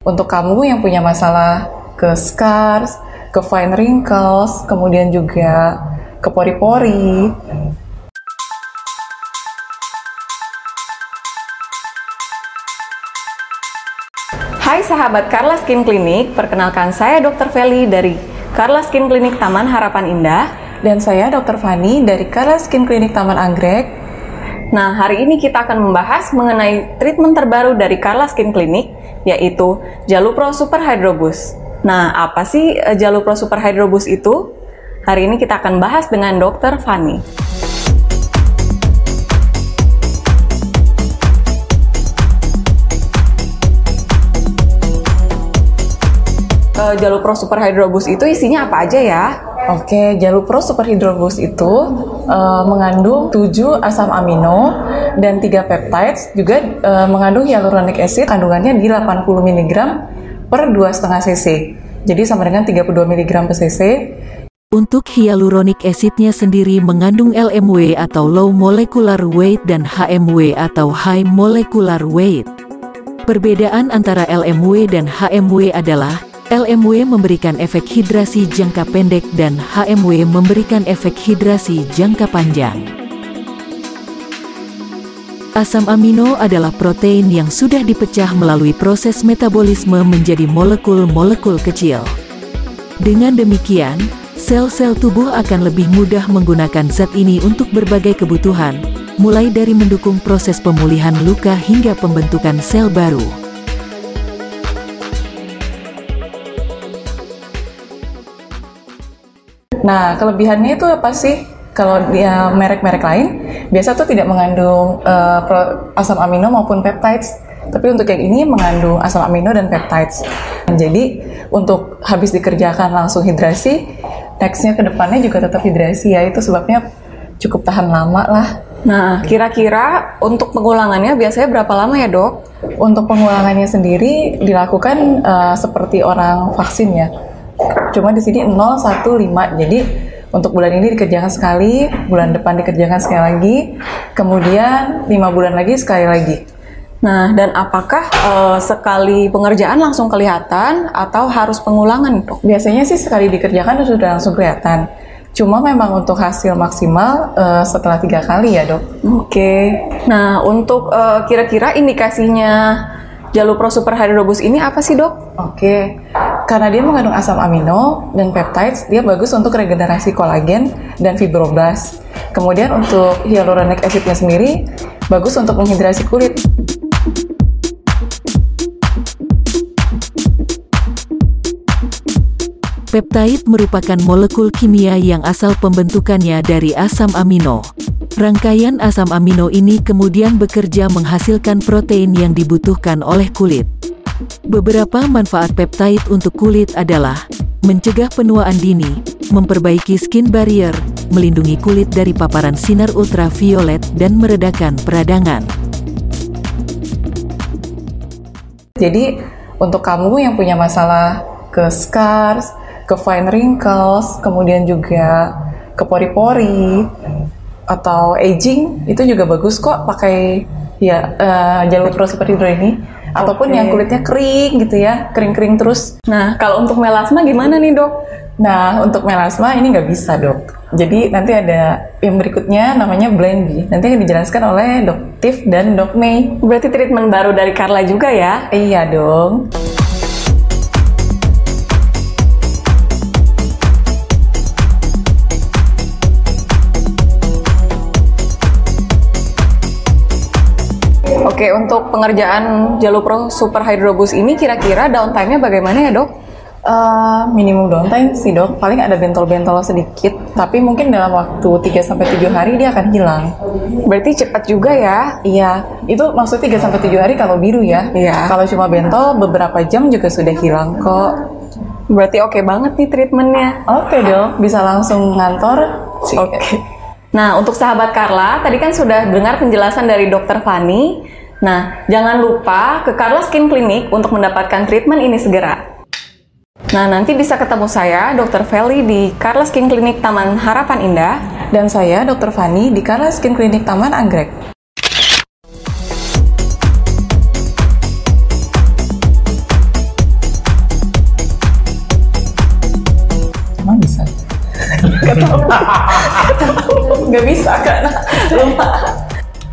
Untuk kamu yang punya masalah ke scars, ke fine wrinkles, kemudian juga ke pori-pori. Hai sahabat Carla Skin Clinic, perkenalkan saya Dr. Feli dari Carla Skin Clinic Taman Harapan Indah. Dan saya Dr. Fani dari Carla Skin Clinic Taman Anggrek. Nah, hari ini kita akan membahas mengenai treatment terbaru dari Carla Skin Clinic, yaitu Jalupro Super Hydro Boost. Nah, apa sih Jalupro Super Hydro Boost itu? Hari ini kita akan bahas dengan Dr. Fani. Jalupro Super Hydro Boost itu isinya apa aja ya? Oke, Jalupro Super Hydro Boost itu mengandung 7 asam amino dan 3 peptides, juga mengandung hyaluronic acid, kandungannya di 80 mg per 2,5 cc. Jadi sama dengan 32 mg per cc. Untuk hyaluronic acidnya sendiri mengandung LMW atau low molecular weight dan HMW atau high molecular weight. Perbedaan antara LMW dan HMW adalah LMW memberikan efek hidrasi jangka pendek dan HMW memberikan efek hidrasi jangka panjang. Asam amino adalah protein yang sudah dipecah melalui proses metabolisme menjadi molekul-molekul kecil. Dengan demikian, sel-sel tubuh akan lebih mudah menggunakan zat ini untuk berbagai kebutuhan, mulai dari mendukung proses pemulihan luka hingga pembentukan sel baru. Nah, kelebihannya itu apa sih? Kalau dia merek-merek lain, biasa tuh tidak mengandung asam amino maupun peptides. Tapi untuk yang ini mengandung asam amino dan peptides. Jadi, untuk habis dikerjakan langsung hidrasi, nextnya ke depannya juga tetap hidrasi ya. Itu sebabnya cukup tahan lama lah. Nah, kira-kira untuk pengulangannya biasanya berapa lama ya, Dok? Untuk pengulangannya sendiri dilakukan seperti orang vaksin ya. Cuma di sini 0, 1, 5. Jadi untuk bulan ini dikerjakan sekali, bulan depan dikerjakan sekali lagi, kemudian 5 bulan lagi sekali lagi. Nah, dan apakah sekali pengerjaan langsung kelihatan atau harus pengulangan, Dok? Biasanya sih sekali dikerjakan sudah langsung kelihatan. Cuma memang untuk hasil maksimal setelah 3 kali ya, Dok. Oke. Nah, untuk kira-kira indikasinya Jalupro Super Hydro Boost ini apa sih, Dok? Oke, karena dia mengandung asam amino dan peptides, dia bagus untuk regenerasi kolagen dan fibroblast. Kemudian untuk hyaluronic acidnya sendiri, bagus untuk menghidrasi kulit. Peptide merupakan molekul kimia yang asal pembentukannya dari asam amino. Rangkaian asam amino ini kemudian bekerja menghasilkan protein yang dibutuhkan oleh kulit. Beberapa manfaat peptide untuk kulit adalah mencegah penuaan dini, memperbaiki skin barrier, melindungi kulit dari paparan sinar ultraviolet, dan meredakan peradangan. Jadi, untuk kamu yang punya masalah ke scars, ke fine wrinkles, kemudian juga ke pori-pori, atau aging, itu juga bagus kok pakai ya Jalupro Super Hydro ini. Ataupun yang kulitnya kering gitu ya, kering-kering terus. Nah, kalau untuk melasma gimana nih, Dok? Nah, untuk melasma ini nggak bisa, Dok. Jadi nanti ada yang berikutnya namanya Blend B. Nanti akan dijelaskan oleh Dok Tiff dan Dok May. Berarti treatment baru dari Carla juga ya? Iya dong. Oke, untuk pengerjaan Jalupro Super Hydro Boost ini kira-kira downtime-nya bagaimana ya, Dok? Minimum downtime sih, Dok. Paling ada bentol-bentol sedikit, tapi mungkin dalam waktu 3-7 hari dia akan hilang. Berarti cepat juga ya? Iya, itu maksudnya 3-7 hari kalau biru ya. Iya. Kalau cuma bentol, beberapa jam juga sudah hilang kok. Berarti oke banget nih treatmentnya. Oke, Dok. Bisa langsung ngantor. Oke. Nah, untuk sahabat Carla, tadi kan sudah dengar penjelasan dari Dr. Fani. Nah, jangan lupa ke Carla Skin Clinic untuk mendapatkan treatment ini segera. Nah, nanti bisa ketemu saya, Dr. Feli, di Carla Skin Clinic Taman Harapan Indah. Dan saya, Dr. Fani, di Carla Skin Clinic Taman Anggrek. Nggak bisa karena lemak